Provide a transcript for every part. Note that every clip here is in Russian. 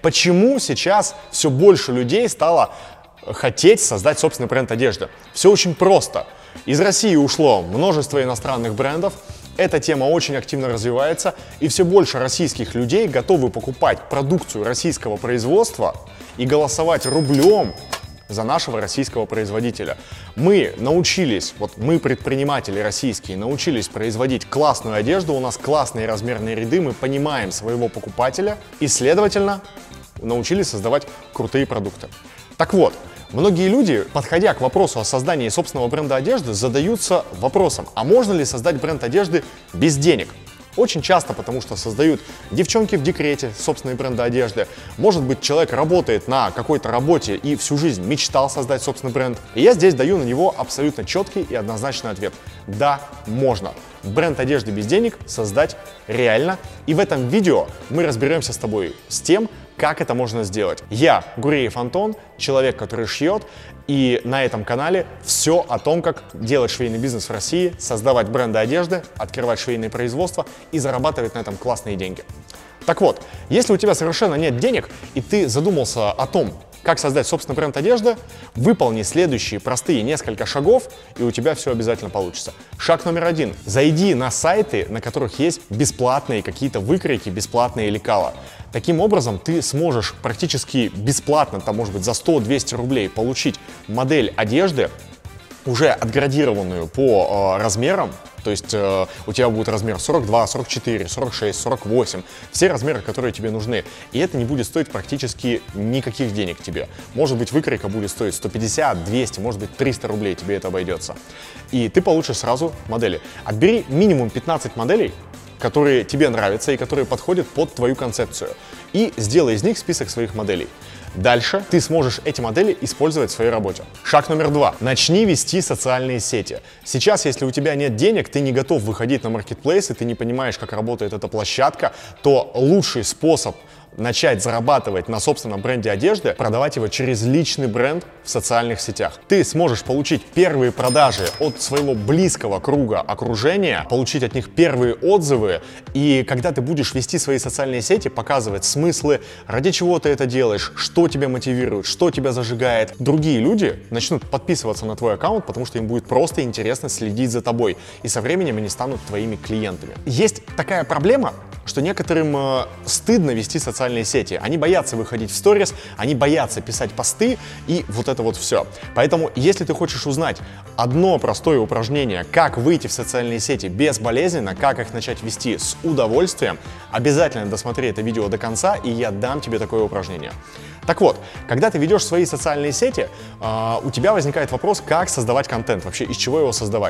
Почему сейчас все больше людей стало хотеть создать собственный бренд одежды? Все очень просто. Из России ушло множество иностранных брендов, эта тема очень активно развивается, и все больше российских людей готовы покупать продукцию российского производства и голосовать рублем за нашего российского производителя. Мы научились, мы предприниматели российские, научились производить классную одежду, у нас классные размерные ряды, мы понимаем своего покупателя и, следовательно, научились создавать крутые продукты. Так вот, многие люди, подходя к вопросу о создании собственного бренда одежды, задаются вопросом, а можно ли создать бренд одежды без денег? Очень часто, потому что создают девчонки в декрете собственные бренды одежды. Может быть, человек работает на какой-то работе и всю жизнь мечтал создать собственный бренд. И я здесь даю на него абсолютно четкий и однозначный ответ. Да, можно. Бренд одежды без денег создать реально. И в этом видео мы разберемся с тобой с тем, как это можно сделать. Я Гуреев Антон, человек, который шьет, и на этом канале все о том, как делать швейный бизнес в России, создавать бренды одежды, открывать швейные производства и зарабатывать на этом классные деньги. Так вот, если у тебя совершенно нет денег, и ты задумался о том, как создать собственный бренд одежды, выполни следующие простые несколько шагов, и у тебя все обязательно получится. Шаг номер 1. Зайди на сайты, на которых есть бесплатные какие-то выкройки, бесплатные лекала. Таким образом, ты сможешь практически бесплатно, там, может быть, за 100-200 рублей получить модель одежды, уже отградированную по размерам. То есть у тебя будет размер 42, 44, 46, 48, все размеры, которые тебе нужны. И это не будет стоить практически никаких денег тебе. Может быть, выкройка будет стоить 150, 200, может быть, 300 рублей тебе это обойдется. И ты получишь сразу модели. Отбери минимум 15 моделей, которые тебе нравятся и которые подходят под твою концепцию. И сделай из них список своих моделей. Дальше ты сможешь эти модели использовать в своей работе. Шаг номер 2. Начни вести социальные сети. Сейчас, если у тебя нет денег, ты не готов выходить на маркетплейсы, ты не понимаешь, как работает эта площадка, то лучший способ начать зарабатывать на собственном бренде одежды, продавать его через личный бренд в социальных сетях. Ты сможешь получить первые продажи от своего близкого круга окружения, получить от них первые отзывы, и когда ты будешь вести свои социальные сети, показывать смыслы, ради чего ты это делаешь, что тебя мотивирует, что тебя зажигает, другие люди начнут подписываться на твой аккаунт, потому что им будет просто интересно следить за тобой, и со временем они станут твоими клиентами. Есть такая проблема, что некоторым стыдно вести социальные сети. Они боятся выходить в сторис, они боятся писать посты и вот это вот все. Поэтому, если ты хочешь узнать одно простое упражнение, как выйти в социальные сети безболезненно, как их начать вести с удовольствием, обязательно досмотри это видео до конца, и я дам тебе такое упражнение. Так вот, когда ты ведешь свои социальные сети, у тебя возникает вопрос, как создавать контент, вообще из чего его создавать.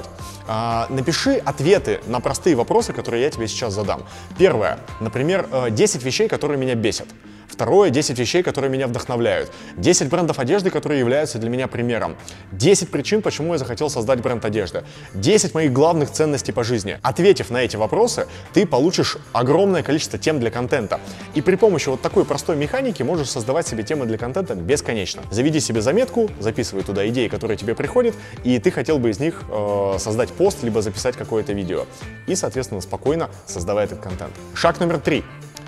Напиши ответы на простые вопросы, которые я тебе сейчас задам. Первое, например, 10 вещей, которые меня бесят. Второе, 10 вещей, которые меня вдохновляют. 10 брендов одежды, которые являются для меня примером. 10 причин, почему я захотел создать бренд одежды. 10 моих главных ценностей по жизни. Ответив на эти вопросы, ты получишь огромное количество тем для контента. И при помощи вот такой простой механики можешь создавать себе темы для контента бесконечно. Заведи себе заметку, записывай туда идеи, которые тебе приходят, и ты хотел бы из них создать пост, либо записать какое-то видео. И, соответственно, спокойно создавай этот контент. Шаг номер 3.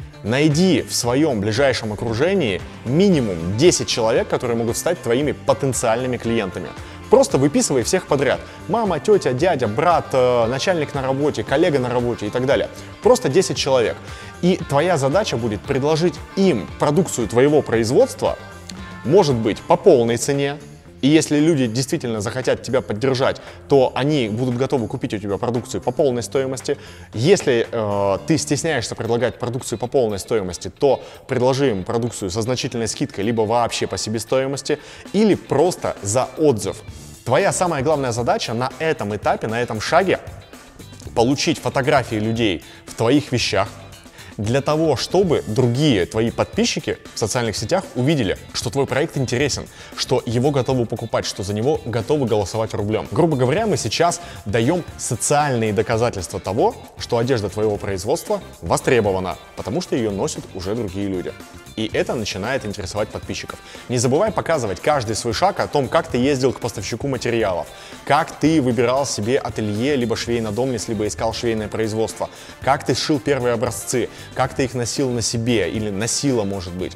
Найди в своем ближайшем окружении минимум 10 человек, которые могут стать твоими потенциальными клиентами. Просто выписывай всех подряд. Мама, тетя, дядя, брат, начальник на работе, коллега на работе и так далее. Просто 10 человек. И твоя задача будет предложить им продукцию твоего производства, может быть, по полной цене. И если люди действительно захотят тебя поддержать, то они будут готовы купить у тебя продукцию по полной стоимости. Если ты стесняешься предлагать продукцию по полной стоимости, то предложи им продукцию со значительной скидкой, либо вообще по себестоимости, или просто за отзыв. Твоя самая главная задача на этом этапе, на этом шаге получить фотографии людей в твоих вещах, для того, чтобы другие твои подписчики в социальных сетях увидели, что твой проект интересен, что его готовы покупать, что за него готовы голосовать рублем. Грубо говоря, мы сейчас даем социальные доказательства того, что одежда твоего производства востребована, потому что ее носят уже другие люди. И это начинает интересовать подписчиков. Не забывай показывать каждый свой шаг о том, как ты ездил к поставщику материалов, как ты выбирал себе ателье, либо швейнодомнец, либо искал швейное производство, как ты сшил первые образцы, как ты их носил на себе или носила, может быть,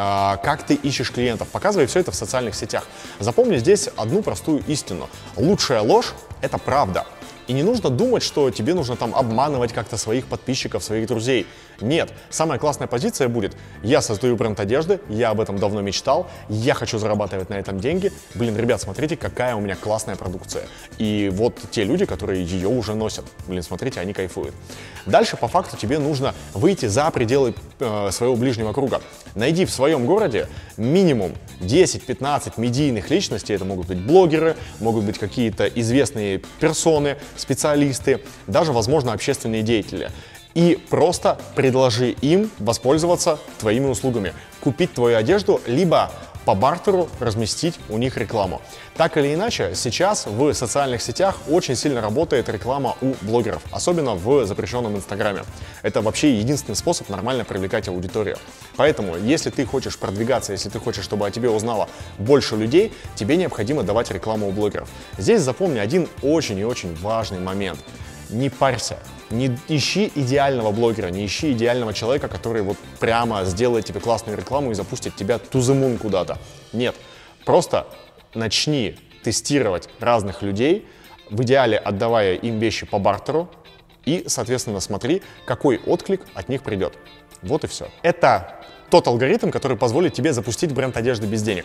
как ты ищешь клиентов. Показывай все это в социальных сетях. Запомни здесь одну простую истину. Лучшая ложь – это правда. И не нужно думать, что тебе нужно там обманывать как-то своих подписчиков, своих друзей. Нет, самая классная позиция будет: я создаю бренд одежды, я об этом давно мечтал, я хочу зарабатывать на этом деньги. Блин, ребят, смотрите, какая у меня классная продукция. И вот те люди, которые ее уже носят. Блин, смотрите, они кайфуют. Дальше, по факту, тебе нужно выйти за пределы своего ближнего круга. Найди в своем городе минимум 10-15 медийных личностей. Это могут быть блогеры, могут быть какие-то известные персоны, специалисты, даже, возможно, общественные деятели. И просто предложи им воспользоваться твоими услугами, купить твою одежду, либо по бартеру разместить у них рекламу. Так или иначе, сейчас в социальных сетях очень сильно работает реклама у блогеров, особенно в запрещенном Инстаграме. Это вообще единственный способ нормально привлекать аудиторию. Поэтому, если ты хочешь продвигаться, если ты хочешь, чтобы о тебе узнало больше людей, тебе необходимо давать рекламу у блогеров. Здесь запомни один очень и очень важный момент. Не парься, не ищи идеального блогера, не ищи идеального человека, который вот прямо сделает тебе классную рекламу и запустит тебя to the moon куда-то. Нет, просто начни тестировать разных людей, в идеале отдавая им вещи по бартеру, и, соответственно, смотри, какой отклик от них придет. Вот и все. Это тот алгоритм, который позволит тебе запустить бренд одежды без денег.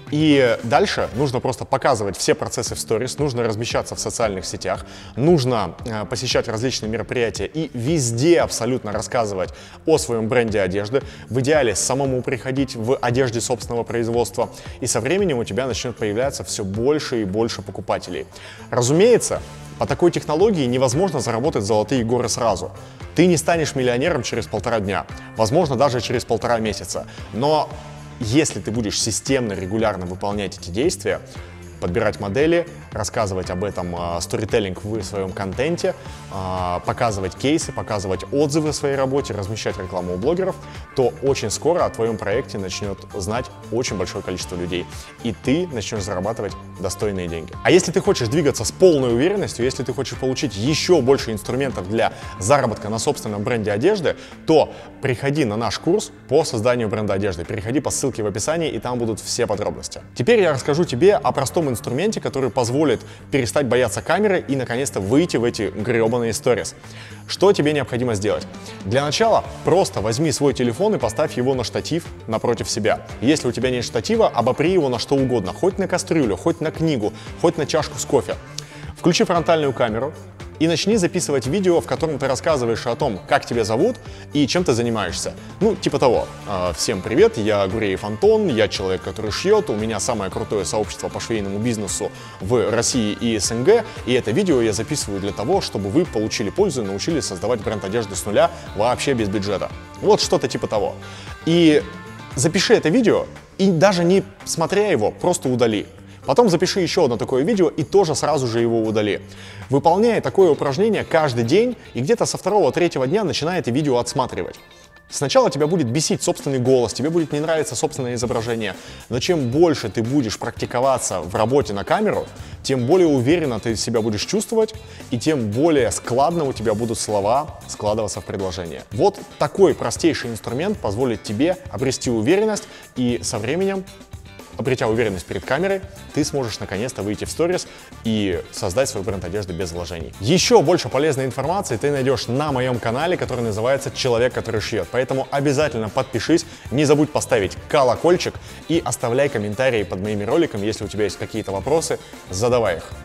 И дальше нужно просто показывать все процессы в сторис, нужно размещаться в социальных сетях, нужно посещать различные мероприятия и везде абсолютно рассказывать о своем бренде одежды. В идеале самому приходить в одежде собственного производства. И со временем у тебя начнет появляться все больше и больше покупателей. Разумеется, по такой технологии невозможно заработать золотые горы сразу. Ты не станешь миллионером через 1,5 дня, возможно, даже через 1,5 месяца. Но если ты будешь системно, регулярно выполнять эти действия, подбирать модели, рассказывать об этом сторителлинг в своем контенте, показывать кейсы, показывать отзывы о своей работе, размещать рекламу у блогеров, то очень скоро о твоем проекте начнет знать очень большое количество людей, и ты начнешь зарабатывать достойные деньги. А если ты хочешь двигаться с полной уверенностью, если ты хочешь получить еще больше инструментов для заработка на собственном бренде одежды, то приходи на наш курс по созданию бренда одежды. Переходи по ссылке в описании, и там будут все подробности. Теперь я расскажу тебе о простом инструменте, который позволит перестать бояться камеры и наконец-то выйти в эти гребаные сторис. Что тебе необходимо сделать? Для начала просто возьми свой телефон и поставь его на штатив напротив себя. Если у тебя нет штатива, обопри его на что угодно, хоть на кастрюлю, хоть на книгу, хоть на чашку с кофе. Включи фронтальную камеру и начни записывать видео, в котором ты рассказываешь о том, как тебя зовут и чем ты занимаешься. Ну, типа того: всем привет, я Гуреев Антон, я человек, который шьет, у меня самое крутое сообщество по швейному бизнесу в России и СНГ, и это видео я записываю для того, чтобы вы получили пользу и научились создавать бренд одежды с нуля вообще без бюджета. Вот что-то типа того. И запиши это видео, и даже не смотря его, просто удали. Потом запиши еще одно такое видео и тоже сразу же его удали. Выполняя такое упражнение каждый день, и где-то со 2-3 дня начинай это видео отсматривать. Сначала тебя будет бесить собственный голос, тебе будет не нравиться собственное изображение, но чем больше ты будешь практиковаться в работе на камеру, тем более уверенно ты себя будешь чувствовать, и тем более складно у тебя будут слова складываться в предложение. Вот такой простейший инструмент позволит тебе обрести уверенность, и со временем, обретя уверенность перед камерой, ты сможешь наконец-то выйти в сторис и создать свой бренд одежды без вложений. Еще больше полезной информации ты найдешь на моем канале, который называется «Человек, который шьет». Поэтому обязательно подпишись, не забудь поставить колокольчик и оставляй комментарии под моими роликами. Если у тебя есть какие-то вопросы, задавай их.